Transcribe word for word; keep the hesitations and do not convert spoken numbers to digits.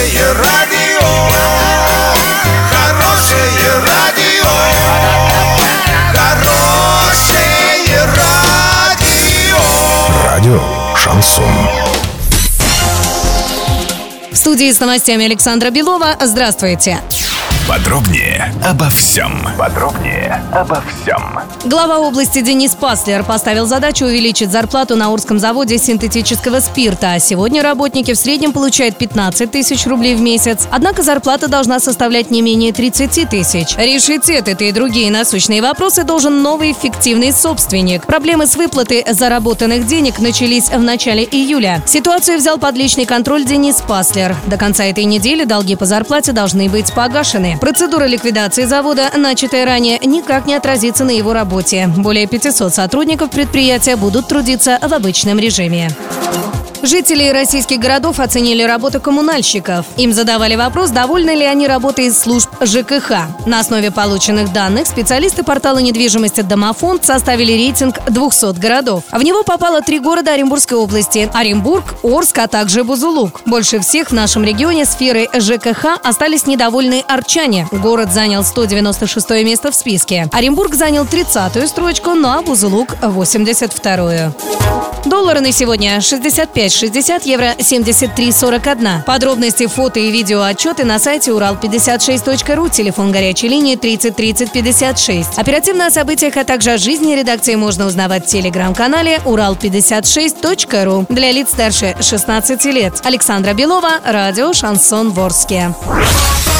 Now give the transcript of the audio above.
Хорошее радио, хорошее радио, хорошее радио. Радио Шансон. В студии с новостями Александра Белова. Здравствуйте. Подробнее обо всем. Подробнее обо всем. Глава области Денис Паслер поставил задачу увеличить зарплату на Орском заводе синтетического спирта. Сегодня работники в среднем получают пятнадцать тысяч рублей в месяц. Однако зарплата должна составлять не менее тридцать тысяч. Решить этот и другие насущные вопросы должен новый фиктивный собственник. Проблемы с выплатой заработанных денег начались в начале июля. Ситуацию взял под личный контроль Денис Паслер. До конца этой недели долги по зарплате должны быть погашены. Процедура ликвидации завода, начатая ранее, никак не отразится на его работе. Более пятисот сотрудников предприятия будут трудиться в обычном режиме. Жители российских городов оценили работу коммунальщиков. Им задавали вопрос, довольны ли они работой служб ЖКХ. На основе полученных данных специалисты портала недвижимости «Домофонд» составили рейтинг двухсот городов. В него попало три города Оренбургской области – Оренбург, Орск, а также Бузулук. Больше всех в нашем регионе сферой ЖКХ остались недовольны орчане. Город занял сто девяносто шестое место в списке. Оренбург занял тридцатую строчку, ну а Бузулук – восемьдесят вторую. Доллары на сегодня шестьдесят пять шестьдесят, евро семьдесят три сорок один. Подробности, фото и видео отчеты на сайте урал пятьдесят шесть точка ру, телефон горячей линии тридцать тридцать пятьдесят шесть. Оперативно о событиях, а также о жизни редакции можно узнавать в телеграм-канале урал пятьдесят шесть точка ру. Для лиц старше шестнадцати лет. Александра Белова, радио «Шансон» в Орске.